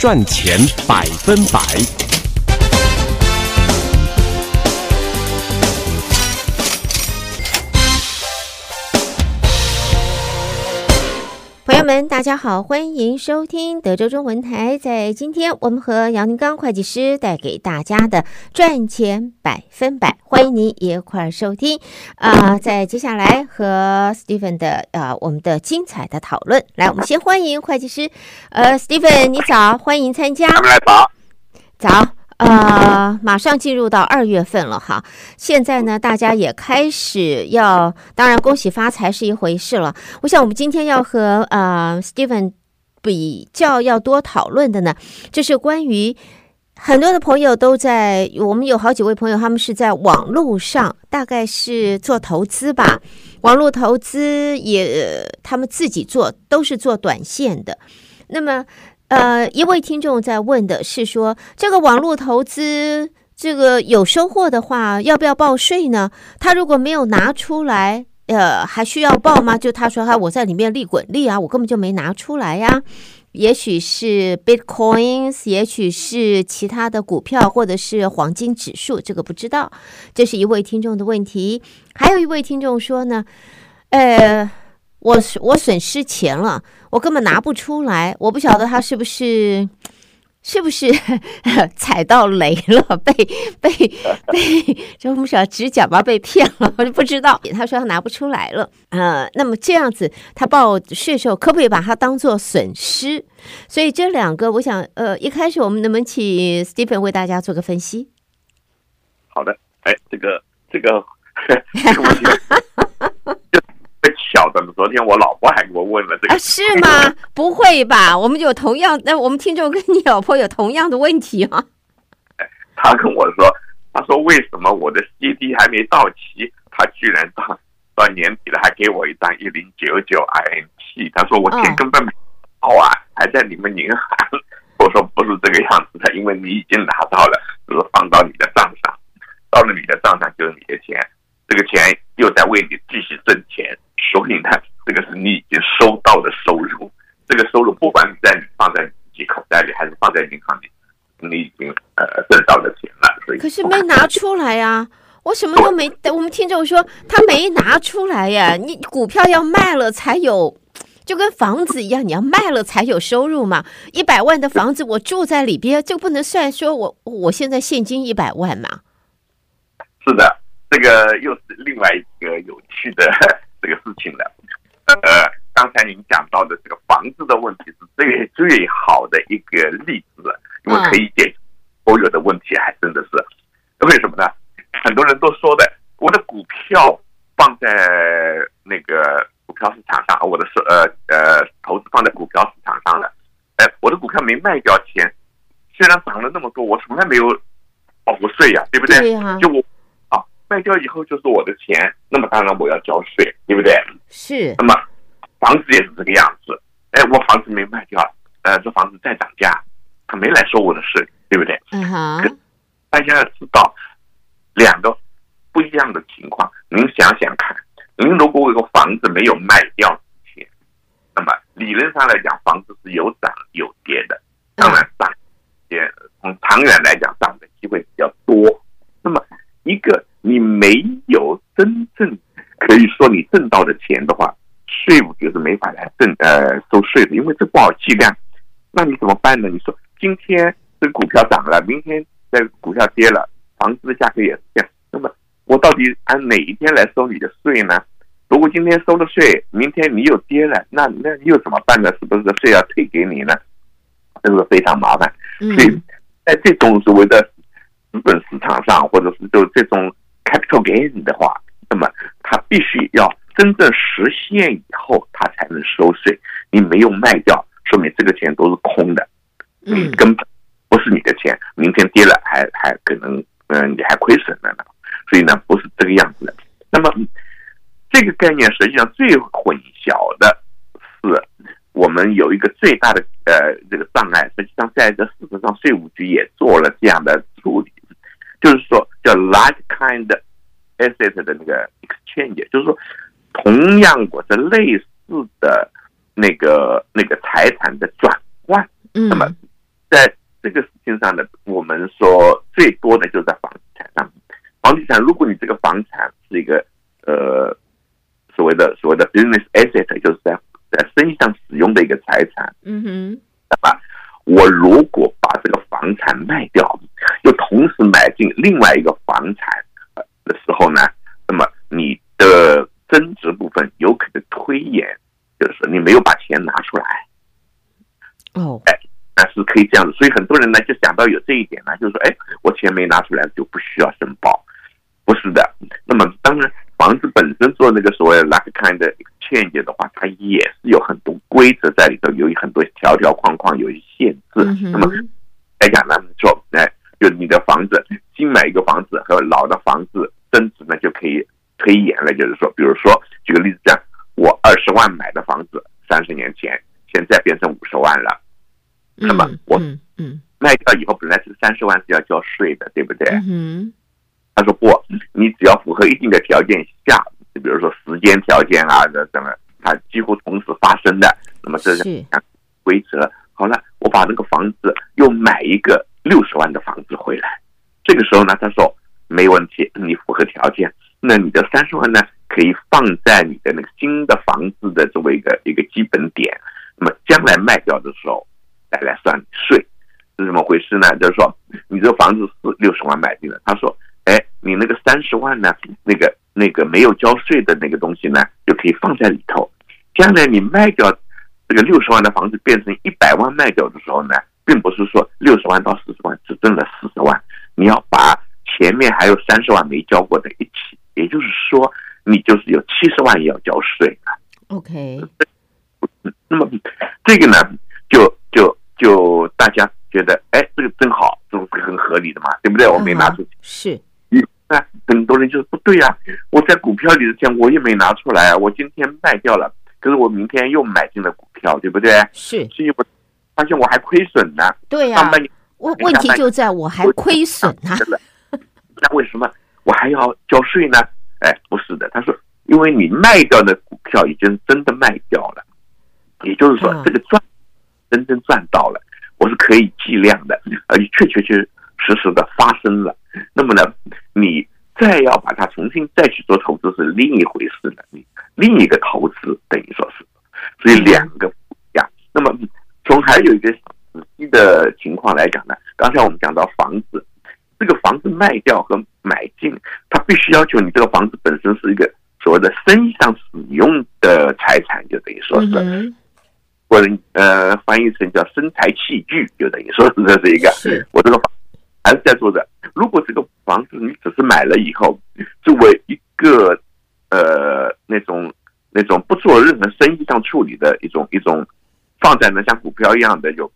赚钱100%。 朋友们，大家好，欢迎收听德州中文台。在今天，我们和杨宁刚会计师带给大家的赚钱100%，欢迎您一块儿收听。在接下来和 Stephen 的我们的精彩的讨论，来，我们先欢迎会计师Stephen， 你早，欢迎参加。早。马上进入到2月份了哈，现在呢，大家也开始当然恭喜发财是一回事了。我想我们今天要和Stephen 比较要多讨论的呢，就是关于很多的朋友我们有好几位朋友，他们是在网络上，大概是做投资吧，网络投资他们自己做，都是做短线的。那么一位听众在问的是说，这个网络投资这个有收获的话，要不要报税呢？他如果没有拿出来，还需要报吗？就他说我在里面利滚利啊，我根本就没拿出来呀。也许是 Bitcoins， 也许是其他的股票，或者是黄金指数，这个不知道。这是一位听众的问题。还有一位听众说呢，我损失钱了，我根本拿不出来，我不晓得他是不是踩到雷了，就我们晓得指甲吧，被骗了，我就不知道。他说他拿不出来了，那么这样子他报税时候可不可以把它当作损失？所以这两个，我想一开始我们能不能请 Stephen 为大家做个分析？ 好的，这个问题。巧的，昨天我老婆还给我问了这个， 是吗？不会吧？我们我们听众跟你老婆有同样的问题啊。 他跟我说，他说为什么我的 CD 还没到期，他居然到年底了还给我一张1099 INT， 他说我钱根本没到啊，还在你们银行。我说不是这个样子的，因为你已经拿到了，就是放到你的账上，到了你的账上就是你的钱，这个钱又在为你继续挣钱。所以呢，这个是你已经收到的收入，这个收入不管你放在你自己口袋里，还是放在银行里，你已经挣到的钱了。所以可是没拿出来啊，我什么都没。我们听众说他没拿出来呀，你股票要卖了才有，就跟房子一样，你要卖了才有收入嘛。100万的房子我住在里边，就不能算说我现在现金100万嘛？ 是的，这个又是另外一个有趣的这个事情了。刚才您讲到的这个房子的问题是最好的一个例子了，因为可以解决所有的问题，还真的是。为什么呢？很多人都说的，我的股票放在那个股票市场上，我的投资放在股票市场上了，我的股票没卖掉钱，虽然涨了那么多，我从来没有报过税呀，对不对？ 对呀。 就我卖掉以后就是我的钱，那么当然我要交税，对不对？ 是。 那么房子也是这个样子，我房子没卖掉，这房子再涨价，他没来收我的税，对不对？大家要知道两个不一样的情况，您想想看，您如果有个房子没有卖掉之前，那么理论上来讲，房子是有涨有跌的，当然涨也从长远来讲涨的机会比较多。那么一个你没有真正可以说你挣到的钱的话，税务就是没法来收税的，因为这不好计量。那你怎么办呢？你说今天这个股票涨了，明天这个股票跌了，房子的价格也是这样。那么我到底按哪一天来收你的税呢？如果今天收了税，明天你又跌了，那你又怎么办呢？是不是税要退给你呢？这个非常麻烦。所以在这种所谓的资本市场上，或者是就这种 capital gain 的话，那么它必须要真正实现以后，它才能收税。你没有卖掉，说明这个钱都是空的，根本不是你的钱。明天跌了，还可能你还亏损了呢。所以呢，不是这个样子的。那么这个概念实际上最混淆的是，我们有一个最大的这个障碍，实际上在这事实上税务局也做了这样的处理，就是说叫 like kind asset 的那个 exchange， 就是说同样或者类似的那个财产的转换，那么在这个事情上呢，我们说最多的就是在房地产上。房地产，如果你这个房产是一个所谓的 business asset， 就是在生意上使用的一个财产，那么我如果把这个房产卖掉，又同时买进另外一个房产的时候呢，那么你的增值部分有可能推延，就是你没有把钱拿出来。那是可以这样子。所以很多人呢就想到有这一点呢，就是说，我钱没拿出来就不需要申报。不是的。那么当然，房子本身做那个所谓的 like kind exchange 的话，它也是有很多规则在里头，有很多条条框框，有一些限制。那么来讲呢，说，就你的房子新买一个房子和老的房子增值呢，就可以推延了。就是说，比如说举个例子讲，我20万买的房子，30年前现在变成50万了。那么我卖掉以后，本来是30万是要交税的，对不对？他说不，你只要符合一定的条件下，比如说时间条件啊，什么，它几乎同时发生的，那么这是规则。好了，我把那个房子又买一个60万的房子回来，这个时候呢，他说没问题，你符合条件，那你的30万呢，可以放在你的那个新的房子的作为一个基本点，那么将来卖掉的时候再来算税，是怎么回事呢？就是说，你这个房子是60万买进的，他说，你那个30万呢，那个没有交税的那个东西呢，就可以放在里头。将来你卖掉这个60万的房子变成100万卖掉的时候呢，并不是说60万到40万只挣了40万，你要把前面还有30万没交过的一起，也就是说，你就是有70万要交税了。 OK。 那么这个呢，就大家觉得，这个真好，这是很合理的嘛，对不对？我没拿出去。 是。 那很多人就是不对啊，我在股票里的钱我也没拿出来啊，我今天卖掉了，可是我明天又买进了股票，对不对？ 是。 所以我发现我还亏损呢。 对呀。问题就在我还亏损啊。 那为什么我还要交税呢？不是的，他说，因为你卖掉的股票已经真的卖掉了，也就是说，这个真正赚到了，我是可以计量的，而且确实的发生了。那么呢，你再要把它重新再去做投资是另一回事了，另一个投资等于说是，所以两个不一样。那么从还有一个实际的情况来讲呢，刚才我们讲到房子，这个房子卖掉和买进，它必须要求你这个房子本身是一个所谓的生意上使用的财产，就等于说是，或者翻译成叫生财器具，就等于说是这是一个我这个房还是在做的。如果这个房子你只是买了以后，作为一个那种不做任何生意上处理的一种放在那像股票一样的，就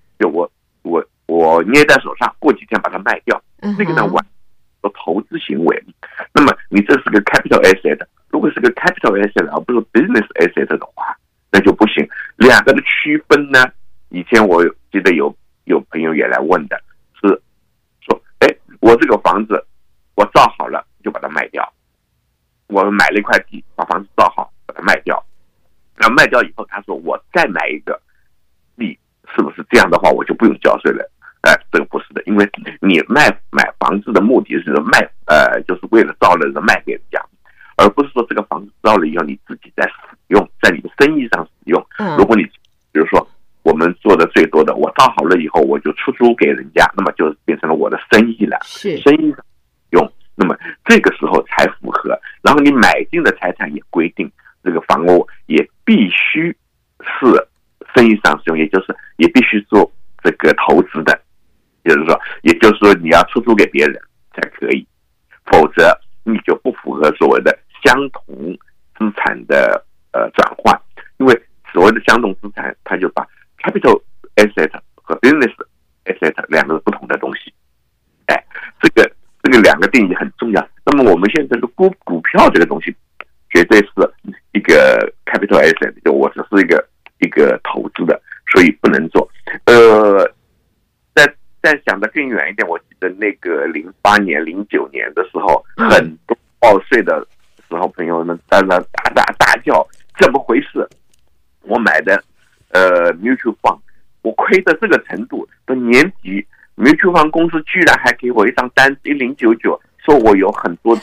我捏在手上，过几天把它卖掉，那个呢我做投资行为。那么你这是个 capital asset， 如果是个 capital asset 而不是 business asset 的话，那就不行。两个的区分呢，以前我记得有朋友也来问的，是说，我这个房子我造好了就把它卖掉，我买了一块地，把房子造好把它卖掉，然后卖掉以后他说我再买一个地，是不是这样的话我就不用交税了？这个不是的，因为你买房子的目的是就是为了造了人卖给人家，而不是说这个房子造了以后你自己在使用，在你的生意上使用。如果你比如说我们做的最多的，我造好了以后我就出租给人家，那么就变成了我的生意了，生意上用，那么这个时候才符合。然后你买进的财产也规定，这个房屋也必须是生意上使用，也就是也必须做这个投资的，也就是说你要出租给别人才可以，否则你就不符合所谓的相同资产的转换。因为所谓的相同资产，它就把 capital asset 和 business asset 两个是不同的东西。这个两个定义很重要。那么我们现在的股票这个东西，绝对是一个 capital asset， 就我只是一个投资的，所以不能做。再想得更远一点，我记得那个08年、09年的时候，很多报税的时候，朋友们在那大叫，怎么回事？我买的mutual fund， 我亏的这个程度，到年底mutual fund公司居然还给我一张单子1099，说我有很多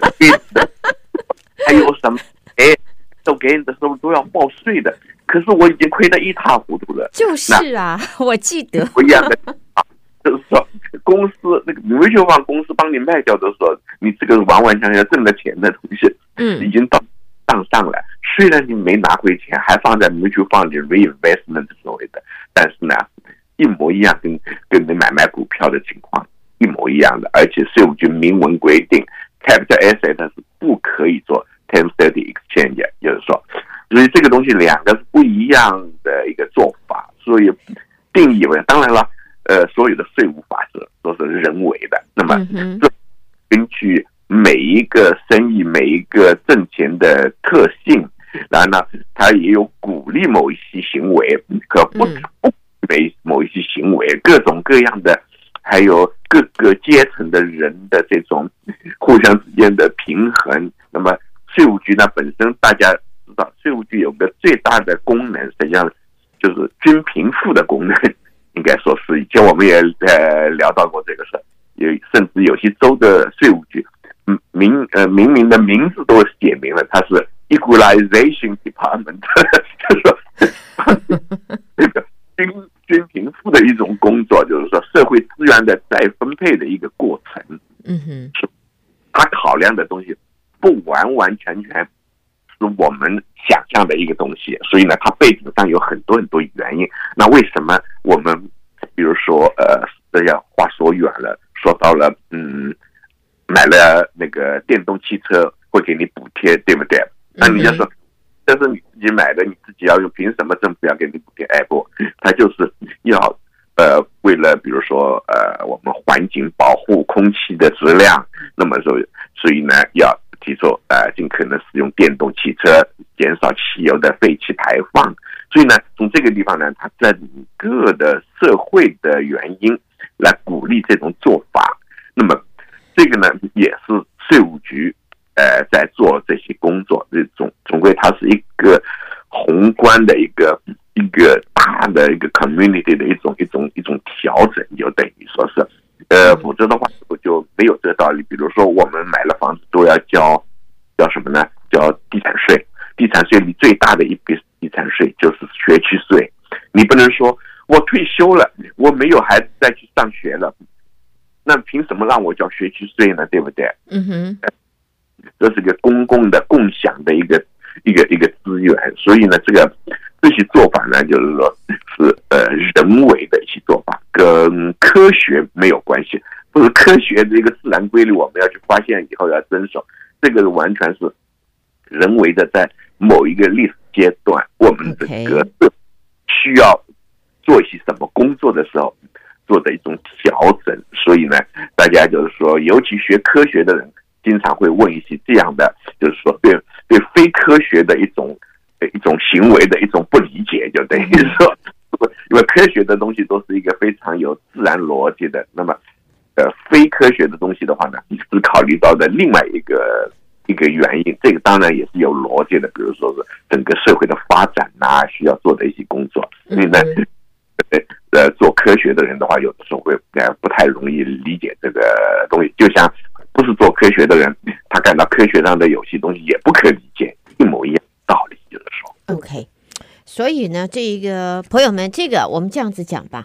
还有什么都给你的时候都要报税的，可是我已经亏得一塌糊涂了。 就是啊，我记得不一样的就是说公司那个mutual fund公司帮你卖掉的时候，你这个完完全全挣的钱的东西，已经到账上了。虽然你没拿回钱，还放在 mutual fund 里 reinvestment 所谓的，但是呢，一模一样，跟你买卖股票的情况一模一样的，而且税务局明文规定 ，capital asset 是不可以做 1030 exchange， 就是说，所以这个东西两个是不一样的一个做法，所以定义为当然了，所有的税务法则都是人为的，那么根据每一个生意、每一个挣钱的特性，然后呢，它也有鼓励某一些行为，可不鼓励某一些行为，各种各样的，还有各个阶层的人的这种互相之间的平衡。那么税务局呢，本身大家知道，税务局有个最大的功能，实际上就是均贫富的功能，应该说是以前我们也聊到过这个事，甚至有些州的税务局。明明的名字都写明了，它是 equalization department， 就是说这个均贫富的一种工作，就是说社会资源的再分配的一个过程。他考量的东西不完完全全是我们想象的一个东西，所以呢，它背景上有很多很多原因。那为什么我们比如说这样话说远了，说到了买了那个电动汽车会给你补贴，对不对？那你要说，但是你自己买的，你自己要用，凭什么政府要给你补贴？哎不，他就是要为了比如说我们环境保护空气的质量，那么所以呢要提出尽可能使用电动汽车，减少汽油的废气排放。所以呢，从这个地方呢，它整个的社会的原因来鼓励这种做法。那么这个呢，也是税务局在做这些工作，总归它是一个宏观的一个大的一个 community 的一种调整，就等于说是否则的话我就没有这个道理。比如说我们买了房子都要叫什么呢？叫地产税。地产税里最大的一笔地产税就是学区税。你不能说我退休了，我没有孩子再去上学了，那凭什么让我交学区税呢？对不对？这是个公共的共享的一个资源，所以呢，这些做法呢，就是说是人为的一些做法，跟科学没有关系。不是科学的一个自然规律，我们要去发现以后要遵守，这个完全是人为的，在某一个历史阶段，我们整个需要做一些什么工作的时候做的一种调整。所以呢，大家就是说，尤其学科学的人经常会问一些这样的，就是说对非科学的一种行为的一种不理解，就等于说，因为科学的东西都是一个非常有自然逻辑的，那么非科学的东西的话呢，是考虑到的另外一个原因，这个当然也是有逻辑的，比如说是整个社会的发展需要做的一些工作。所以呢，做科学的人的话，有的时候会不太容易理解这个东西，就像不是做科学的人，他感到科学上的有些东西也不可理解，一模一样的道理，就是说。 OK， 所以呢，这个朋友们，这个我们这样子讲吧，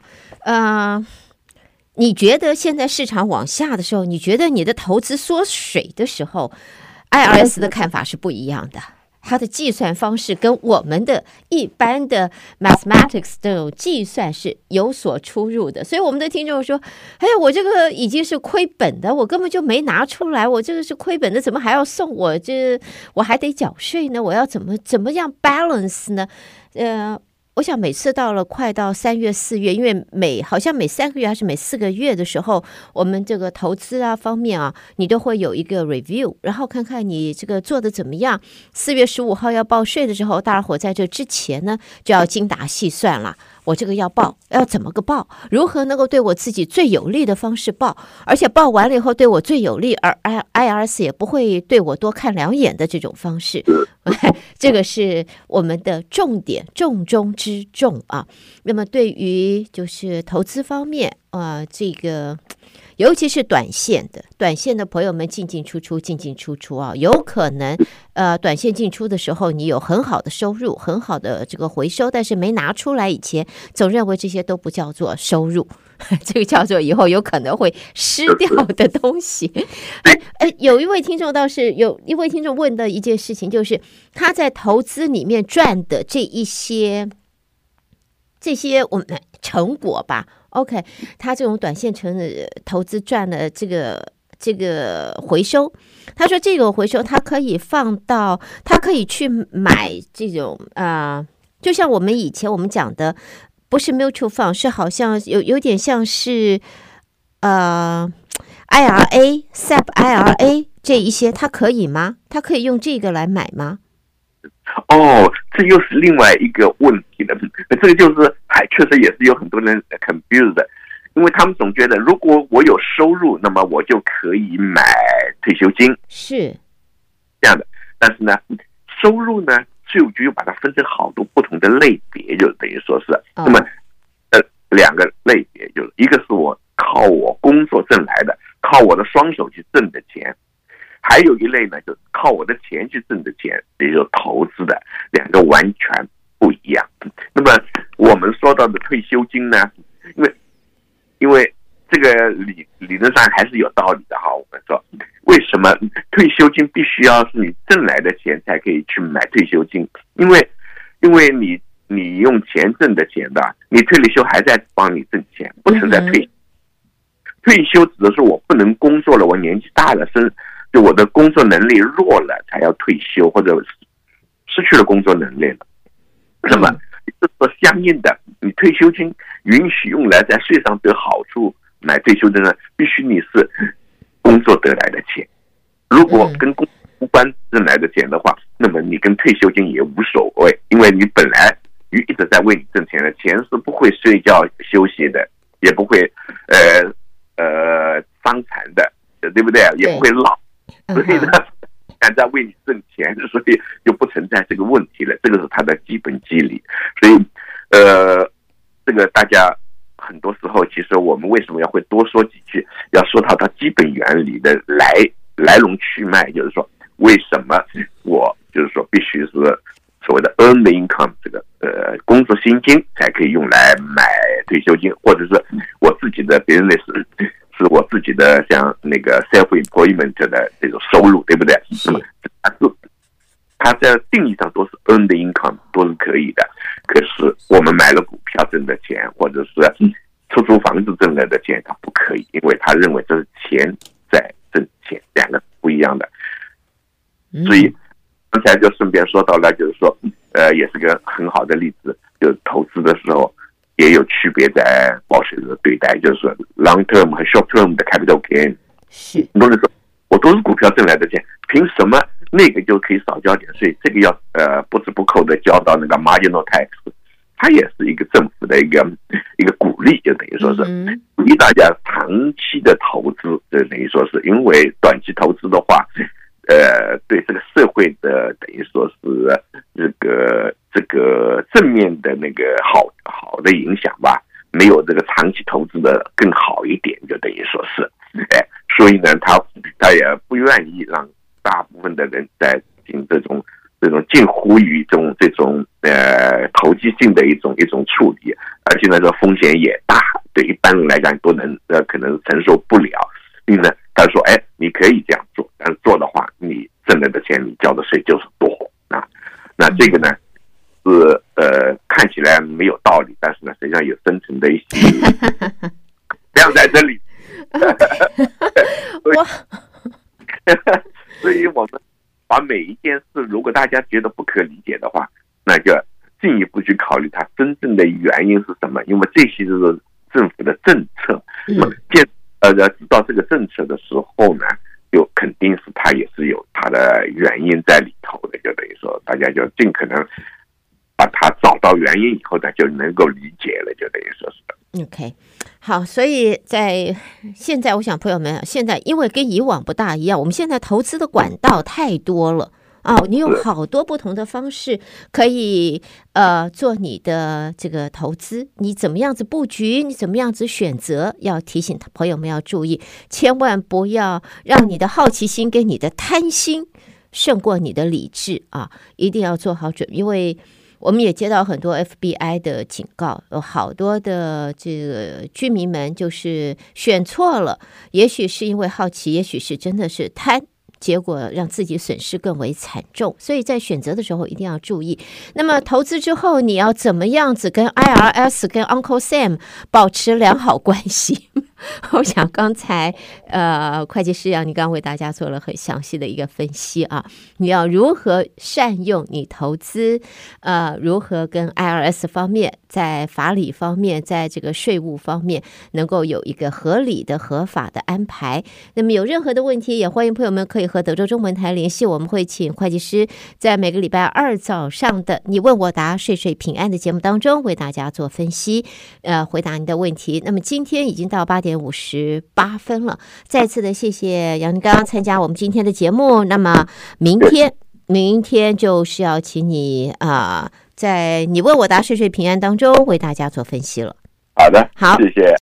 你觉得现在市场往下的时候，你觉得你的投资缩水的时候 ，IRS 的看法是不一样的。它的计算方式跟我们的一般的 mathematics 这种计算是有所出入的，所以我们的听众说：“哎呀，我这个已经是亏本的，我根本就没拿出来，我这个是亏本的，怎么还要送我？我还得缴税呢，我要怎么样 balance 呢？”我想每次快到3月4月，因为好像每3个月还是每4个月的时候，我们这个投资方面你都会有一个 review， 然后看看你这个做的怎么样。4月15号要报税的时候，大家伙在这之前呢就要精打细算了。 我这个要报，要怎么个报？如何能够对我自己最有利的方式报？而且报完了以后对我最有利，而 IRS 也不会对我多看两眼的这种方式，这个是我们的重点，重中之重啊。那么对于就是投资方面这个尤其是短线的朋友们进进出出啊，有可能短线进出的时候你有很好的收入，很好的这个回收，但是没拿出来以前，总认为这些都不叫做收入，这个叫做以后有可能会失掉的东西。有一位听众问的一件事情，就是他在投资里面赚的这些我们成果吧。OK， 他这种短线投资赚了这个回收，他说这个回收他可以去买这种就像我们以前我们讲的，不是 mutual fund， 是好像有点像是IRA、SEP、IRA 这一些，他可以吗？他可以用这个来买吗？ 这又是另外一个问题了。这个就是确实也是有很多人 confused 的，因为他们总觉得如果我有收入，那么我就可以买退休金， 是这样的。但是呢，收入呢，税务局又把它分成好多不同的类别，就等于说是，那么两个类别，就是一个是我靠我工作挣来的，靠我的双手去挣的钱。还有一类呢，就是靠我的钱去挣的钱，也就是投资的，两个完全不一样。那么我们说到的退休金呢，因为这个理论上还是有道理的哈。我们说，为什么退休金必须要是你挣来的钱才可以去买退休金？因为你用钱挣的钱的，你退了休还在帮你挣钱，不存在退休。退休指的是我不能工作了，我年纪大了，就我的工作能力弱了才要退休，或者失去了工作能力了。那么相应的，你退休金允许用来在税上得好处买退休金呢，必须你是工作得来的钱。如果跟工作无关挣来的钱的话，那么你跟退休金也无所谓，因为你本来一直在为你挣钱的，钱是不会睡觉休息的，也不会伤残的，对不对？也不会老。所以呢，还在为你挣钱，所以就不存在这个问题了。这个是它的基本机理。所以，这个大家很多时候，其实我们为什么要会多说几句，要说它基本原理的来龙去脉，就是说为什么我就是说必须是所谓的 earned income 这个工作薪金才可以用来买退休金，或者是我自己的 business。是我自己的像那个 self-employment 的这种收入，对不对？那么它在定义上都是 earned income， 都是可以的。可是我们买了股票挣的钱，或者是出租房子挣来的钱，它不可以，因为他认为这是钱在挣钱，两个不一样的。所以刚才就顺便说到了，就是说，也是个很好的例子，就是投资的时候。也有区别在报税的对待，就是说 long term 和 short term 的 capital gain。是，很多人说我都是股票挣来的钱，凭什么那个就可以少交点税？这个要不折不扣的交到那个 marginal tax， 它也是一个政府的一个鼓励，就等于说是鼓励大家长期的投资，就等于说是因为短期投资的话，对这个社会的等于说是这个正面的那个好的影响吧，没有这个长期投资的更好一点，就等于说是，所以呢，他也不愿意让大部分的人在进这种近乎于这种投机性的一种处理，而且呢，这风险也大，对一般人来讲都能可能承受不了。所以呢，他说，你可以这样做，但是做的话，你挣来的钱你交的税就是多啊。那这个呢？是看起来没有道理，但是呢，实际上有深层的一些这样在这里。所以我们把每一件事，如果大家觉得不可理解的话，那就进一步去考虑它真正的原因是什么，因为这些就是政府的政策。那么知道这个政策的时候呢，就肯定是它也是有它的原因在里头的，就等于说大家就尽可能把它找到原因以后呢，就能够理解了，就等于说是。 OK， 好，所以在现在，我想朋友们现在因为跟以往不大一样，我们现在投资的管道太多了。你有好多不同的方式可以做你的这个投资，你怎么样子布局，你怎么样子选择，要提醒朋友们要注意，千万不要让你的好奇心跟你的贪心胜过你的理智啊！一定要做好准备，因为我们也接到很多 FBI 的警告，有好多的这个居民们就是选错了，也许是因为好奇，也许是真的是贪，结果让自己损失更为惨重，所以在选择的时候一定要注意。那么投资之后，你要怎么样子跟 IRS 跟 Uncle Sam 保持良好关系？我想刚才会计师你刚刚为大家做了很详细的一个分析啊，你要如何善用你投资，如何跟 IRS 方面在法理方面，在这个税务方面能够有一个合理的合法的安排。那么有任何的问题，也欢迎朋友们可以和德州中文台联系，我们会请会计师在每个礼拜二早上的你问我答税税平安的节目当中为大家做分析，回答您的问题。那么今天已经到8点58分了，再次的谢谢杨宁刚参加我们今天的节目。那么明天就是要请你在你问我答税税平安当中为大家做分析了。 好的， 好， 谢谢。